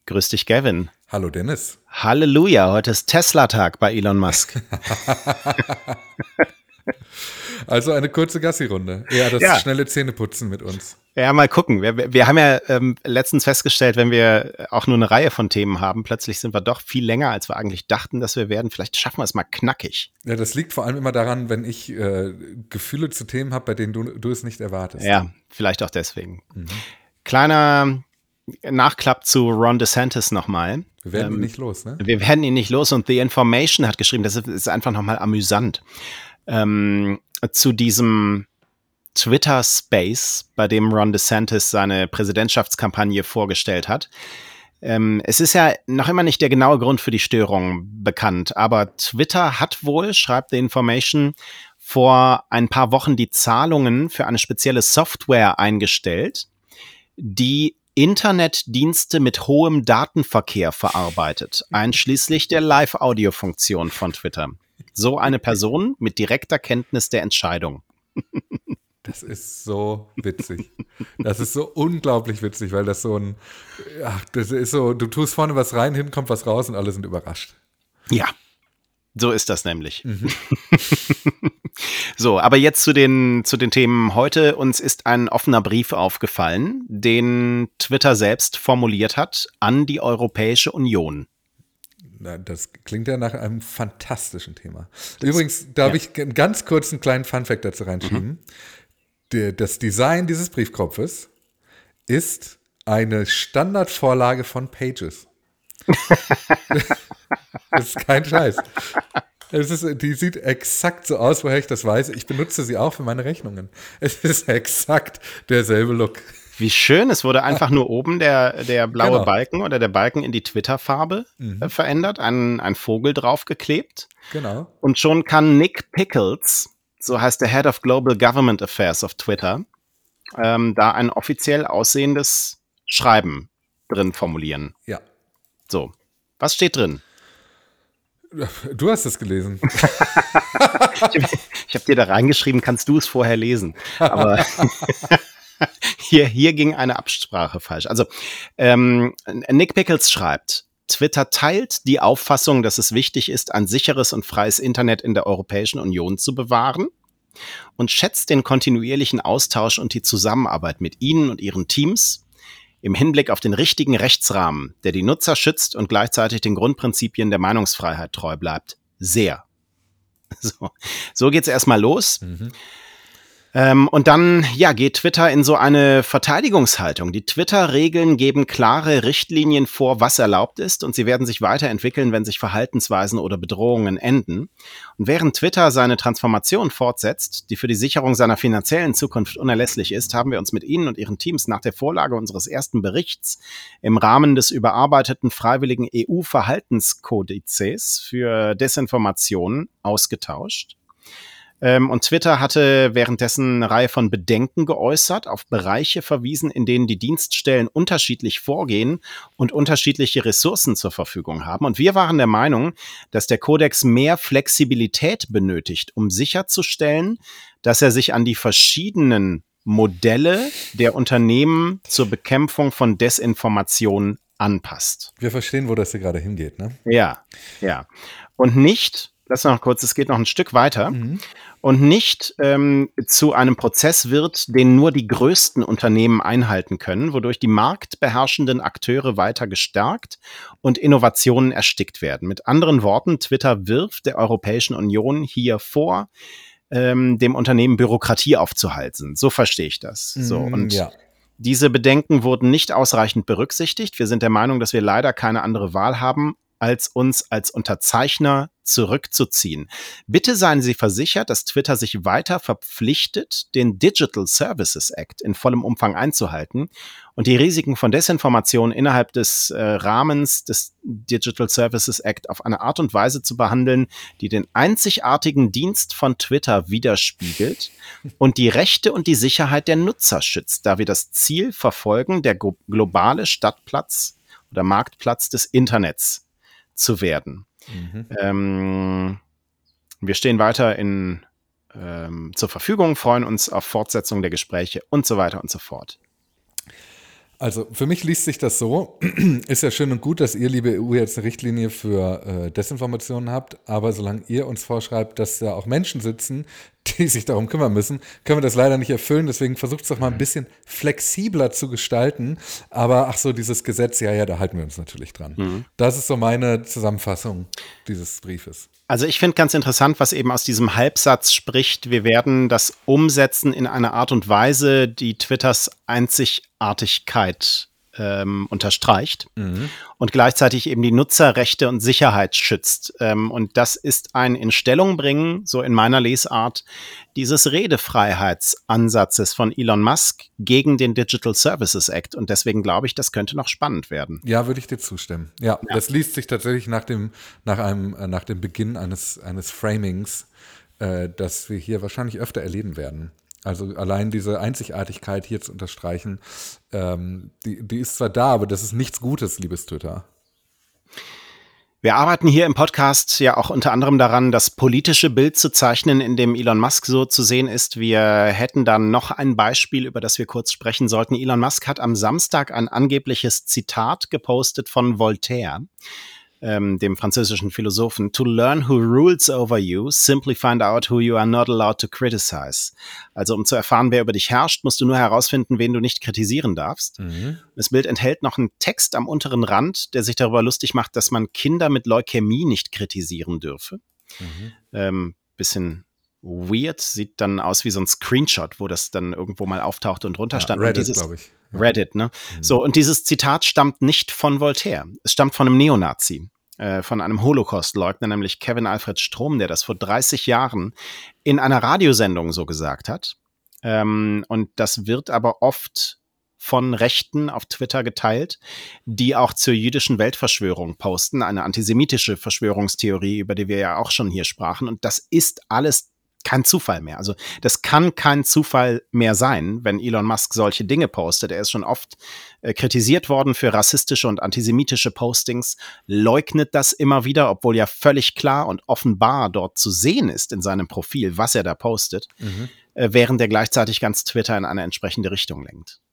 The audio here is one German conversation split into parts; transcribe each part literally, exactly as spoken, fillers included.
Grüß dich, Gavin. Hallo Dennis. Halleluja, heute ist Tesla-Tag bei Elon Musk. Also eine kurze Gassi-Runde. Eher das Ja, schnelle Zähneputzen mit uns. ja, mal gucken. Wir, wir wir haben ja ähm, letztens festgestellt, wenn wir auch nur eine Reihe von Themen haben, plötzlich sind wir doch viel länger, als wir eigentlich dachten, dass wir werden. Vielleicht schaffen wir es mal knackig. Ja, das liegt vor allem immer daran, wenn ich äh, Gefühle zu Themen habe, bei denen du, du es nicht erwartest. Ja, vielleicht auch deswegen. Mhm. Kleiner Nachklapp zu Ron DeSantis nochmal. Wir werden ihn Ähm, nicht los, ne? wir werden ihn nicht los und The Information hat geschrieben, das ist, ist einfach nochmal amüsant. Ähm, zu diesem Twitter-Space, bei dem Ron DeSantis seine Präsidentschaftskampagne vorgestellt hat. Ähm, es ist ja noch immer nicht der genaue Grund für die Störung bekannt, aber Twitter hat wohl, schreibt The Information, vor ein paar Wochen die Zahlungen für eine spezielle Software eingestellt, die Internetdienste mit hohem Datenverkehr verarbeitet, einschließlich der Live-Audio-Funktion von Twitter. So eine Person mit direkter Kenntnis der Entscheidung. Das ist so witzig. Das ist so unglaublich witzig, weil das so ein, ach, das ist so, du tust vorne was rein, hinten kommt was raus und alle sind überrascht. Ja, so ist das nämlich. Mhm. So, aber jetzt zu den, zu den Themen heute. Uns ist ein offener Brief aufgefallen, den Twitter selbst formuliert hat an die Europäische Union. Na, das klingt ja nach einem fantastischen Thema. Übrigens, darf ja. ich einen ganz kurzen kleinen Funfact dazu reinschieben. Mhm. Der, das Design dieses Briefkopfes ist eine Standardvorlage von Pages. Das ist kein Scheiß. Es ist, die sieht exakt so aus, woher ich das weiß. Ich benutze sie auch für meine Rechnungen. Es ist exakt derselbe Look. Wie schön, es wurde einfach nur oben der, der blaue Genau. Balken oder der Balken in die Twitter-Farbe Mhm. äh, verändert, ein, ein Vogel draufgeklebt. Genau. Und schon kann Nick Pickles, so heißt der Head of Global Government Affairs auf Twitter, ähm, da ein offiziell aussehendes Schreiben drin formulieren. Ja. So, was steht drin? Du hast es gelesen. Ich habe hab dir da reingeschrieben, kannst du es vorher lesen. Aber hier, hier ging eine Absprache falsch. Also ähm, Nick Pickles schreibt, Twitter teilt die Auffassung, dass es wichtig ist, ein sicheres und freies Internet in der Europäischen Union zu bewahren und schätzt den kontinuierlichen Austausch und die Zusammenarbeit mit Ihnen und Ihren Teams im Hinblick auf den richtigen Rechtsrahmen, der die Nutzer schützt und gleichzeitig den Grundprinzipien der Meinungsfreiheit treu bleibt, sehr. So, so geht's erstmal los. Mhm. Ähm, und dann, ja, geht Twitter in so eine Verteidigungshaltung. Die Twitter-Regeln geben klare Richtlinien vor, was erlaubt ist, und sie werden sich weiterentwickeln, wenn sich Verhaltensweisen oder Bedrohungen enden. Und während Twitter seine Transformation fortsetzt, die für die Sicherung seiner finanziellen Zukunft unerlässlich ist, haben wir uns mit Ihnen und Ihren Teams nach der Vorlage unseres ersten Berichts im Rahmen des überarbeiteten freiwilligen E U-Verhaltenskodizes für Desinformation ausgetauscht. Und Twitter hatte währenddessen eine Reihe von Bedenken geäußert, auf Bereiche verwiesen, in denen die Dienststellen unterschiedlich vorgehen und unterschiedliche Ressourcen zur Verfügung haben. Und wir waren der Meinung, dass der Kodex mehr Flexibilität benötigt, um sicherzustellen, dass er sich an die verschiedenen Modelle der Unternehmen zur Bekämpfung von Desinformation anpasst. Wir verstehen, wo das hier gerade hingeht, ne? Ja, ja. Und nicht, lass noch kurz, es geht noch ein Stück weiter. Mhm. Und nicht ähm, zu einem Prozess wird, den nur die größten Unternehmen einhalten können, wodurch die marktbeherrschenden Akteure weiter gestärkt und Innovationen erstickt werden. Mit anderen Worten, Twitter wirft der Europäischen Union hier vor, ähm, dem Unternehmen Bürokratie aufzuhalten. So verstehe ich das. So, und ja. diese Bedenken wurden nicht ausreichend berücksichtigt. Wir sind der Meinung, dass wir leider keine andere Wahl haben, als uns als Unterzeichner zurückzuziehen. Bitte seien Sie versichert, dass Twitter sich weiter verpflichtet, den Digital Services Act in vollem Umfang einzuhalten und die Risiken von Desinformation innerhalb des äh, Rahmens des Digital Services Act auf eine Art und Weise zu behandeln, die den einzigartigen Dienst von Twitter widerspiegelt und die Rechte und die Sicherheit der Nutzer schützt, da wir das Ziel verfolgen, der go- globale Stadtplatz oder Marktplatz des Internets zu werden. Mhm. Ähm, wir stehen weiter in, ähm, zur Verfügung, freuen uns auf Fortsetzung der Gespräche und so weiter und so fort. Also für mich liest sich das so, ist ja schön und gut, dass ihr, liebe E U, jetzt eine Richtlinie für äh, Desinformationen habt, aber solange ihr uns vorschreibt, dass da auch Menschen sitzen, die sich darum kümmern müssen, können wir das leider nicht erfüllen. Deswegen versucht es doch mal ein bisschen flexibler zu gestalten. Aber ach so, dieses Gesetz, ja, ja, da halten wir uns natürlich dran. Mhm. Das ist so meine Zusammenfassung dieses Briefes. Also ich finde ganz interessant, was eben aus diesem Halbsatz spricht. Wir werden das umsetzen in einer Art und Weise, die Twitters Einzigartigkeit ähm, unterstreicht mhm. und gleichzeitig eben die Nutzerrechte und Sicherheit schützt. Ähm, und das ist ein Instellungbringen, so in meiner Lesart, dieses Redefreiheitsansatzes von Elon Musk gegen den Digital Services Act. Und deswegen glaube ich, das könnte noch spannend werden. Ja, würde ich dir zustimmen. Ja, ja. Das liest sich tatsächlich nach dem, nach einem, äh, nach dem Beginn eines, eines Framings, äh, das wir hier wahrscheinlich öfter erleben werden. Also allein diese Einzigartigkeit hier zu unterstreichen, ähm, die, die ist zwar da, aber das ist nichts Gutes, liebes Twitter. Wir arbeiten hier im Podcast ja auch unter anderem daran, das politische Bild zu zeichnen, in dem Elon Musk so zu sehen ist. Wir hätten dann noch ein Beispiel, über das wir kurz sprechen sollten. Elon Musk hat am Samstag ein angebliches Zitat gepostet von Voltaire, ähm, dem französischen Philosophen. To learn who rules over you, simply find out who you are not allowed to criticize. Also um zu erfahren, wer über dich herrscht, musst du nur herausfinden, wen du nicht kritisieren darfst. Mhm. Das Bild enthält noch einen Text am unteren Rand, der sich darüber lustig macht, dass man Kinder mit Leukämie nicht kritisieren dürfe. Mhm. Ähm, bisschen weird, sieht dann aus wie so ein Screenshot, wo das dann irgendwo mal auftaucht und runter stand. Ja, Reddit, glaube ich. Ja. Reddit, ne? Mhm. So, und dieses Zitat stammt nicht von Voltaire. Es stammt von einem Neonazi, äh, von einem Holocaust-Leugner, nämlich Kevin Alfred Strom, der das vor dreißig Jahren in einer Radiosendung so gesagt hat. Ähm, und das wird aber oft von Rechten auf Twitter geteilt, die auch zur jüdischen Weltverschwörung posten, eine antisemitische Verschwörungstheorie, über die wir ja auch schon hier sprachen. Und das ist alles kein Zufall mehr. Also das kann kein Zufall mehr sein, wenn Elon Musk solche Dinge postet. Er ist schon oft äh, kritisiert worden für rassistische und antisemitische Postings, leugnet das immer wieder, obwohl ja völlig klar und offenbar dort zu sehen ist in seinem Profil, was er da postet, mhm. äh, während er gleichzeitig ganz Twitter in eine entsprechende Richtung lenkt.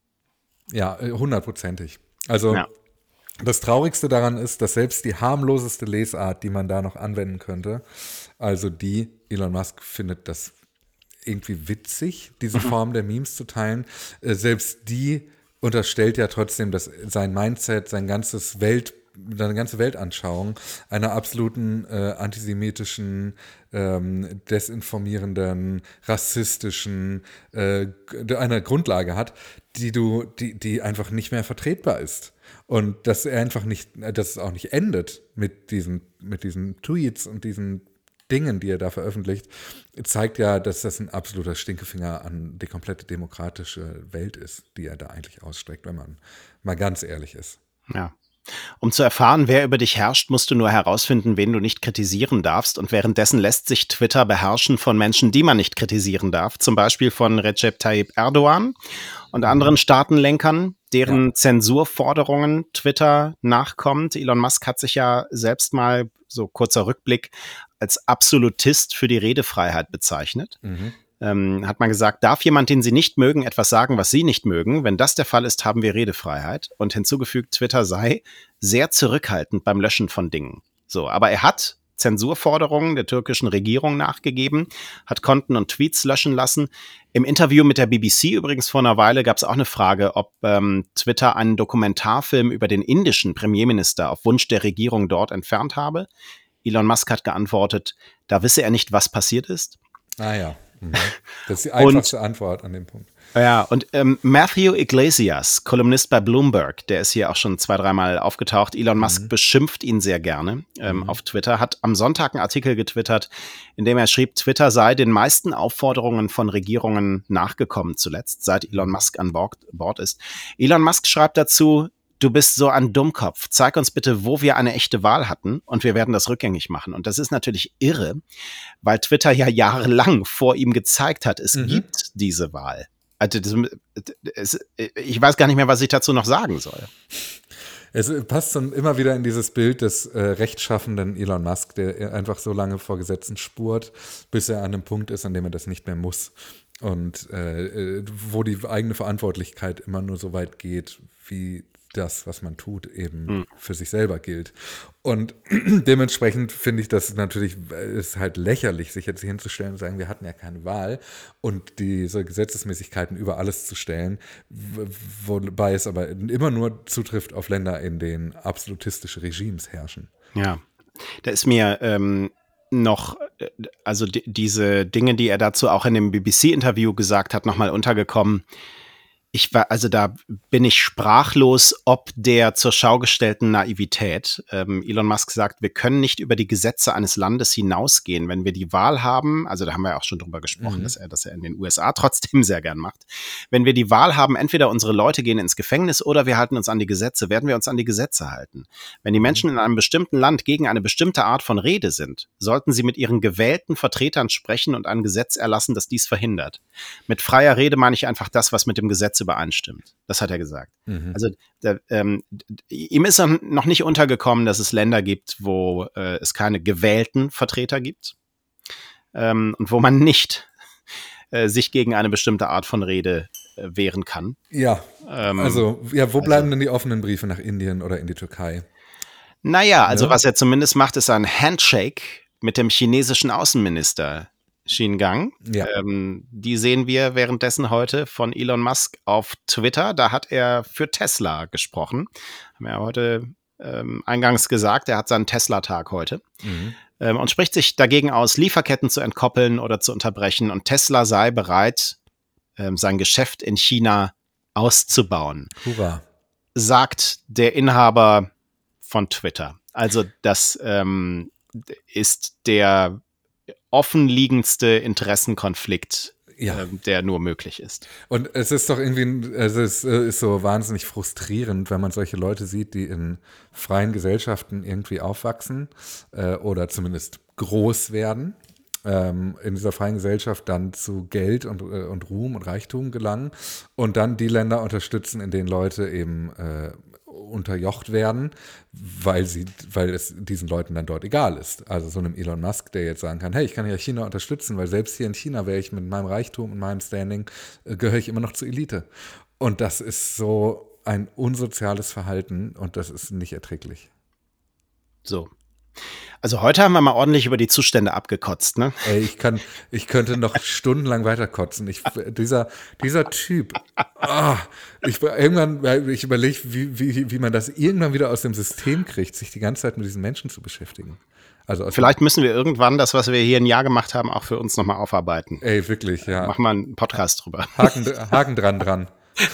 Ja, hundertprozentig. Also ja. Das Traurigste daran ist, dass selbst die harmloseste Lesart, die man da noch anwenden könnte, also die, Elon Musk findet das irgendwie witzig, diese mhm. Form der Memes zu teilen, äh, selbst die unterstellt ja trotzdem, dass sein Mindset, sein ganzes Welt, seine ganze Weltanschauung einer absoluten äh, antisemitischen, ähm, desinformierenden, rassistischen, äh, einer Grundlage hat, die du, die, die einfach nicht mehr vertretbar ist. Und dass er einfach nicht, dass es auch nicht endet mit diesen, mit diesen Tweets und diesen Dingen, die er da veröffentlicht, zeigt ja, dass das ein absoluter Stinkefinger an die komplette demokratische Welt ist, die er da eigentlich ausstreckt, wenn man mal ganz ehrlich ist. Ja. Um zu erfahren, wer über dich herrscht, musst du nur herausfinden, wen du nicht kritisieren darfst. Und währenddessen lässt sich Twitter beherrschen von Menschen, die man nicht kritisieren darf. Zum Beispiel von Recep Tayyip Erdogan und anderen Staatenlenkern, deren ja. Zensurforderungen Twitter nachkommt. Elon Musk hat sich ja selbst mal, so kurzer Rückblick, als Absolutist für die Redefreiheit bezeichnet. Mhm. Ähm, hat man gesagt, darf jemand, den Sie nicht mögen, etwas sagen, was Sie nicht mögen? Wenn das der Fall ist, haben wir Redefreiheit. Und hinzugefügt, Twitter sei sehr zurückhaltend beim Löschen von Dingen. So, aber er hat Zensurforderungen der türkischen Regierung nachgegeben, hat Konten und Tweets löschen lassen. Im Interview mit der B B C übrigens vor einer Weile gab es auch eine Frage, ob ähm, Twitter einen Dokumentarfilm über den indischen Premierminister auf Wunsch der Regierung dort entfernt habe. Elon Musk hat geantwortet, da wisse er nicht, was passiert ist. Ah ja. Mhm. Das ist die einfachste und, Antwort an dem Punkt. Ja, und ähm, Matthew Iglesias, Kolumnist bei Bloomberg, der ist hier auch schon zwei, dreimal aufgetaucht. Elon Musk mhm. beschimpft ihn sehr gerne ähm, mhm. auf Twitter, hat am Sonntag einen Artikel getwittert, in dem er schrieb, Twitter sei den meisten Aufforderungen von Regierungen nachgekommen zuletzt, seit Elon Musk an Bord, Bord ist. Elon Musk schreibt dazu, du bist so ein Dummkopf. Zeig uns bitte, wo wir eine echte Wahl hatten und wir werden das rückgängig machen. Und das ist natürlich irre, weil Twitter ja jahrelang vor ihm gezeigt hat, es mhm. gibt diese Wahl. Also das, es, ich weiß gar nicht mehr, was ich dazu noch sagen soll. Es passt dann immer wieder in dieses Bild des äh, rechtschaffenden Elon Musk, der einfach so lange vor Gesetzen spurt, bis er an einem Punkt ist, an dem er das nicht mehr muss. Und äh, wo die eigene Verantwortlichkeit immer nur so weit geht, wie das, was man tut, eben mhm. für sich selber gilt. Und dementsprechend finde ich das natürlich, ist halt lächerlich, sich jetzt hinzustellen und sagen, wir hatten ja keine Wahl und diese Gesetzesmäßigkeiten über alles zu stellen, wobei es aber immer nur zutrifft auf Länder, in denen absolutistische Regimes herrschen. Ja, da ist mir ähm, noch, also die, diese Dinge, die er dazu auch in dem B B C-Interview gesagt hat, nochmal untergekommen. Ich war, also da bin ich sprachlos, ob der zur Schau gestellten Naivität. Ähm, Elon Musk sagt, wir können nicht über die Gesetze eines Landes hinausgehen, wenn wir die Wahl haben. Also da haben wir ja auch schon drüber gesprochen, mhm. dass er das er in den U S A trotzdem sehr gern macht. Wenn wir die Wahl haben, entweder unsere Leute gehen ins Gefängnis oder wir halten uns an die Gesetze, werden wir uns an die Gesetze halten. Wenn die Menschen in einem bestimmten Land gegen eine bestimmte Art von Rede sind, sollten sie mit ihren gewählten Vertretern sprechen und ein Gesetz erlassen, das dies verhindert. Mit freier Rede meine ich einfach das, was mit dem Gesetz übereinstimmt. Das hat er gesagt. Mhm. Also da, ähm, ihm ist noch nicht untergekommen, dass es Länder gibt, wo äh, es keine gewählten Vertreter gibt ähm, und wo man nicht äh, sich gegen eine bestimmte Art von Rede äh, wehren kann. Ja, ähm, also ja, wo bleiben also, denn die offenen Briefe nach Indien oder in die Türkei? Naja, also ja. was er zumindest macht, ist ein Handshake mit dem chinesischen Außenminister Xinjiang. Ja. Ähm, die sehen wir währenddessen heute von Elon Musk auf Twitter. Da hat er für Tesla gesprochen. Haben wir ja heute ähm, eingangs gesagt, er hat seinen Tesla-Tag heute. Mhm. Ähm, und spricht sich dagegen aus, Lieferketten zu entkoppeln oder zu unterbrechen. Und Tesla sei bereit, ähm, sein Geschäft in China auszubauen. Hurra. Sagt der Inhaber von Twitter. Also das ähm, ist der offenliegendste Interessenkonflikt, ja. äh, der nur möglich ist. Und es ist doch irgendwie, es ist, ist so wahnsinnig frustrierend, wenn man solche Leute sieht, die in freien Gesellschaften irgendwie aufwachsen äh, oder zumindest groß werden, ähm, in dieser freien Gesellschaft dann zu Geld und, äh, und Ruhm und Reichtum gelangen und dann die Länder unterstützen, in denen Leute eben äh, unterjocht werden, weil sie, weil es diesen Leuten dann dort egal ist. Also so einem Elon Musk, der jetzt sagen kann, hey, ich kann ja China unterstützen, weil selbst hier in China wäre ich mit meinem Reichtum und meinem Standing, äh, gehöre ich immer noch zur Elite. Und das ist so ein unsoziales Verhalten und das ist nicht erträglich. So. Also heute haben wir mal ordentlich über die Zustände abgekotzt, ne? Ey, ich kann, ich könnte noch stundenlang weiterkotzen. Ich, dieser, dieser Typ, oh, ich, irgendwann, ich überlege, wie, wie, wie man das irgendwann wieder aus dem System kriegt, sich die ganze Zeit mit diesen Menschen zu beschäftigen. Also vielleicht müssen wir irgendwann das, was wir hier ein Jahr gemacht haben, auch für uns nochmal aufarbeiten. Ey, wirklich, ja. Machen wir einen Podcast drüber. Haken, Haken dran, dran.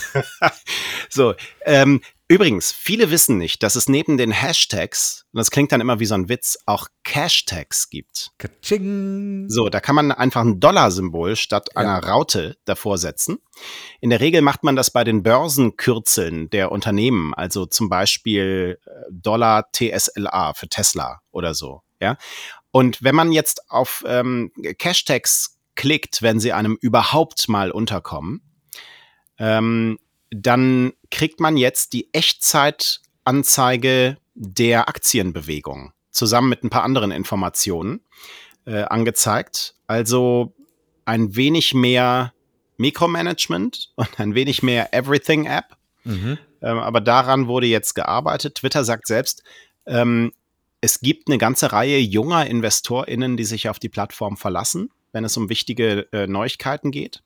So, ähm, übrigens, viele wissen nicht, dass es neben den Hashtags, und das klingt dann immer wie so ein Witz, auch Cashtags gibt. Ka-ching. So, da kann man einfach ein Dollarsymbol statt ja. einer Raute davor setzen. In der Regel macht man das bei den Börsenkürzeln der Unternehmen, also zum Beispiel Dollar T S L A für Tesla oder so. Ja? Und wenn man jetzt auf ähm, Cashtags klickt, wenn sie einem überhaupt mal unterkommen, ähm, dann kriegt man jetzt die Echtzeitanzeige der Aktienbewegung zusammen mit ein paar anderen Informationen äh, angezeigt. Also ein wenig mehr Mikromanagement und ein wenig mehr Everything-App. Mhm. Ähm, aber daran wurde jetzt gearbeitet. Twitter sagt selbst, ähm, es gibt eine ganze Reihe junger InvestorInnen, die sich auf die Plattform verlassen, wenn es um wichtige äh, Neuigkeiten geht.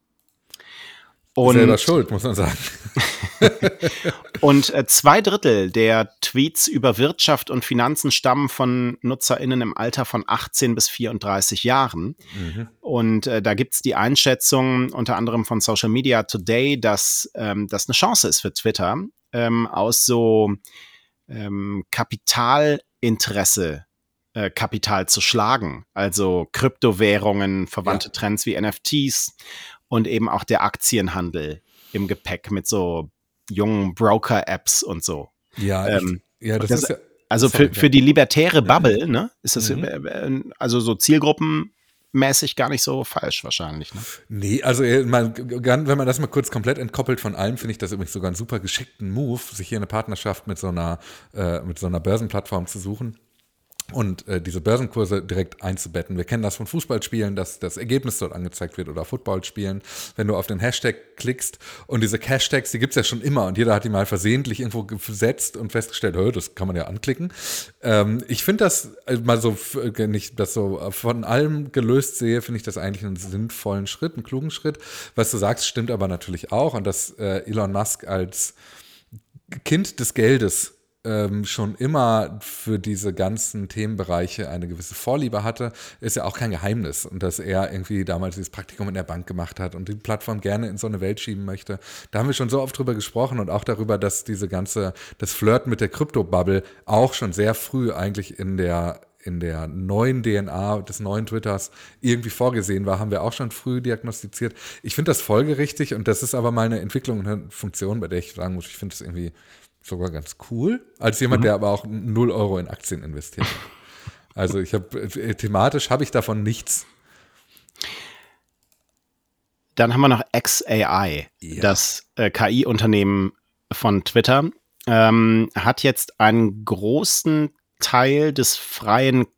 Und selber schuld, muss man sagen. Und äh, zwei Drittel der Tweets über Wirtschaft und Finanzen stammen von NutzerInnen im Alter von achtzehn bis vierunddreißig Jahren. Mhm. Und äh, da gibt es die Einschätzung unter anderem von Social Media Today, dass ähm, das eine Chance ist für Twitter, ähm, aus so ähm, Kapitalinteresse äh, Kapital zu schlagen. Also Kryptowährungen, verwandte ja. Trends wie N F Ts und eben auch der Aktienhandel im Gepäck mit so jungen Broker-Apps und so. Ja, ähm, ich, ja das, das ist ja. Also sorry, für, für die libertäre Bubble, ne, ist das mhm. also so zielgruppenmäßig gar nicht so falsch wahrscheinlich. Ne? Nee, also man, wenn man das mal kurz komplett entkoppelt von allem, finde ich das übrigens sogar einen super geschickten Move, sich hier eine Partnerschaft mit so einer, äh, mit so einer Börsenplattform zu suchen. und äh, diese Börsenkurse direkt einzubetten. Wir kennen das von Fußballspielen, dass das Ergebnis dort angezeigt wird oder Footballspielen, wenn du auf den Hashtag klickst und diese Hashtags, die gibt's ja schon immer und jeder hat die mal versehentlich irgendwo gesetzt und festgestellt, oh, das kann man ja anklicken. Ähm, ich finde das äh, mal so, wenn ich das so von allem gelöst sehe, finde ich das eigentlich einen sinnvollen Schritt, einen klugen Schritt. Was du sagst, stimmt aber natürlich auch und dass äh, Elon Musk als Kind des Geldes ähm, schon immer für diese ganzen Themenbereiche eine gewisse Vorliebe hatte, ist ja auch kein Geheimnis. Und dass er irgendwie damals dieses Praktikum in der Bank gemacht hat und die Plattform gerne in so eine Welt schieben möchte. Da haben wir schon so oft drüber gesprochen und auch darüber, dass diese ganze, das Flirten mit der Krypto-Bubble auch schon sehr früh eigentlich in der in der neuen D N A des neuen Twitters irgendwie vorgesehen war, haben wir auch schon früh diagnostiziert. Ich finde das folgerichtig und das ist aber mal eine Entwicklung und eine Funktion, bei der ich sagen muss, ich finde das irgendwie sogar ganz cool, als jemand, mhm. der aber auch null Euro in Aktien investiert. Also ich habe, thematisch habe ich davon nichts. Dann haben wir noch X A I, ja. das äh, K I-Unternehmen von Twitter, ähm, hat jetzt einen großen Teil des freien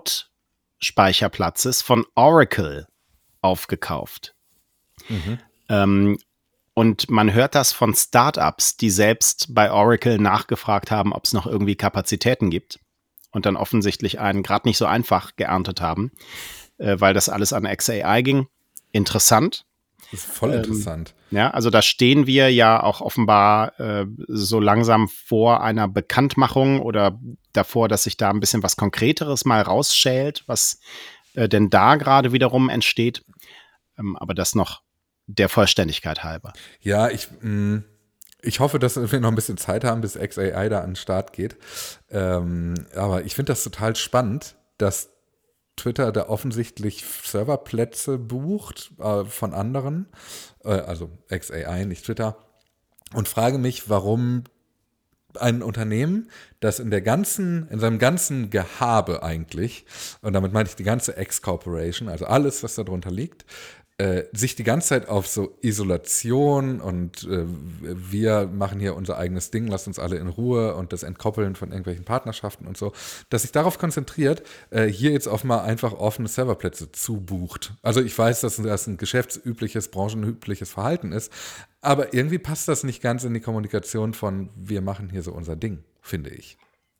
Cloud-Speicherplatzes von Oracle aufgekauft. Mhm. Ähm, und man hört das von Startups, die selbst bei Oracle nachgefragt haben, ob es noch irgendwie Kapazitäten gibt und dann offensichtlich einen gerade nicht so einfach geerntet haben, äh, weil das alles an X A I ging. Interessant. Das ist voll interessant. Ähm, ja, also da stehen wir ja auch offenbar äh, so langsam vor einer Bekanntmachung oder davor, dass sich da ein bisschen was Konkreteres mal rausschält, was äh, denn da gerade wiederum entsteht. Ähm, aber das noch der Vollständigkeit halber. Ja, ich, mh, ich hoffe, dass wir noch ein bisschen Zeit haben, bis X A I da an den Start geht. Ähm, aber ich finde das total spannend, dass Twitter da offensichtlich Serverplätze bucht äh, von anderen, äh, also X A I, nicht Twitter, und frage mich, warum ein Unternehmen, das in der ganzen, in seinem ganzen Gehabe eigentlich, und damit meine ich die ganze X-Corporation, also alles, was da drunter liegt, äh, sich die ganze Zeit auf so Isolation und äh, wir machen hier unser eigenes Ding, lasst uns alle in Ruhe und das Entkoppeln von irgendwelchen Partnerschaften und so, dass sich darauf konzentriert, äh, hier jetzt auf mal einfach offene Serverplätze zubucht. Also ich weiß, dass das ein geschäftsübliches, branchenübliches Verhalten ist, aber irgendwie passt das nicht ganz in die Kommunikation von wir machen hier so unser Ding, finde ich.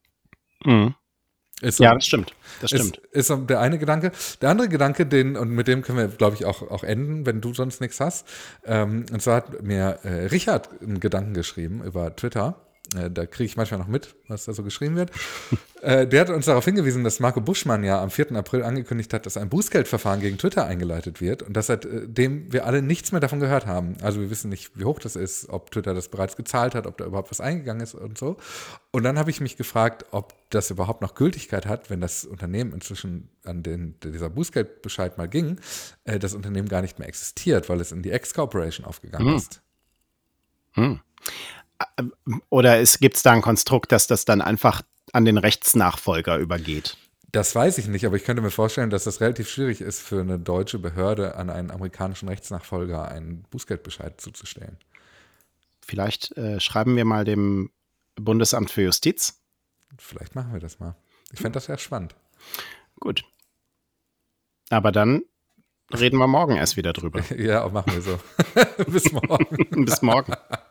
Mhm. So, ja, das stimmt. Das stimmt. Ist, ist so der eine Gedanke. Der andere Gedanke, den, und mit dem können wir, glaube ich, auch, auch enden, wenn du sonst nichts hast. Ähm, und zwar hat mir äh, Richard einen Gedanken geschrieben über Twitter. Äh, da kriege ich manchmal noch mit, was da so geschrieben wird. äh, der hat uns darauf hingewiesen, dass Marco Buschmann ja am vierten April angekündigt hat, dass ein Bußgeldverfahren gegen Twitter eingeleitet wird und dass seitdem wir alle nichts mehr davon gehört haben. Also wir wissen nicht, wie hoch das ist, ob Twitter das bereits gezahlt hat, ob da überhaupt was eingegangen ist und so. Und dann habe ich mich gefragt, ob das überhaupt noch Gültigkeit hat, wenn das Unternehmen inzwischen an den dieser Bußgeldbescheid mal ging, äh, das Unternehmen gar nicht mehr existiert, weil es in die X-Corporation aufgegangen hm. ist. Hm. Oder es gibt da ein Konstrukt, dass das dann einfach an den Rechtsnachfolger übergeht? Das weiß ich nicht, aber ich könnte mir vorstellen, dass das relativ schwierig ist für eine deutsche Behörde, an einen amerikanischen Rechtsnachfolger einen Bußgeldbescheid zuzustellen. Vielleicht äh, schreiben wir mal dem Bundesamt für Justiz. Vielleicht machen wir das mal. Ich fände das sehr spannend. Gut. Aber dann reden wir morgen erst wieder drüber. Ja, machen wir so. Bis morgen. Bis morgen.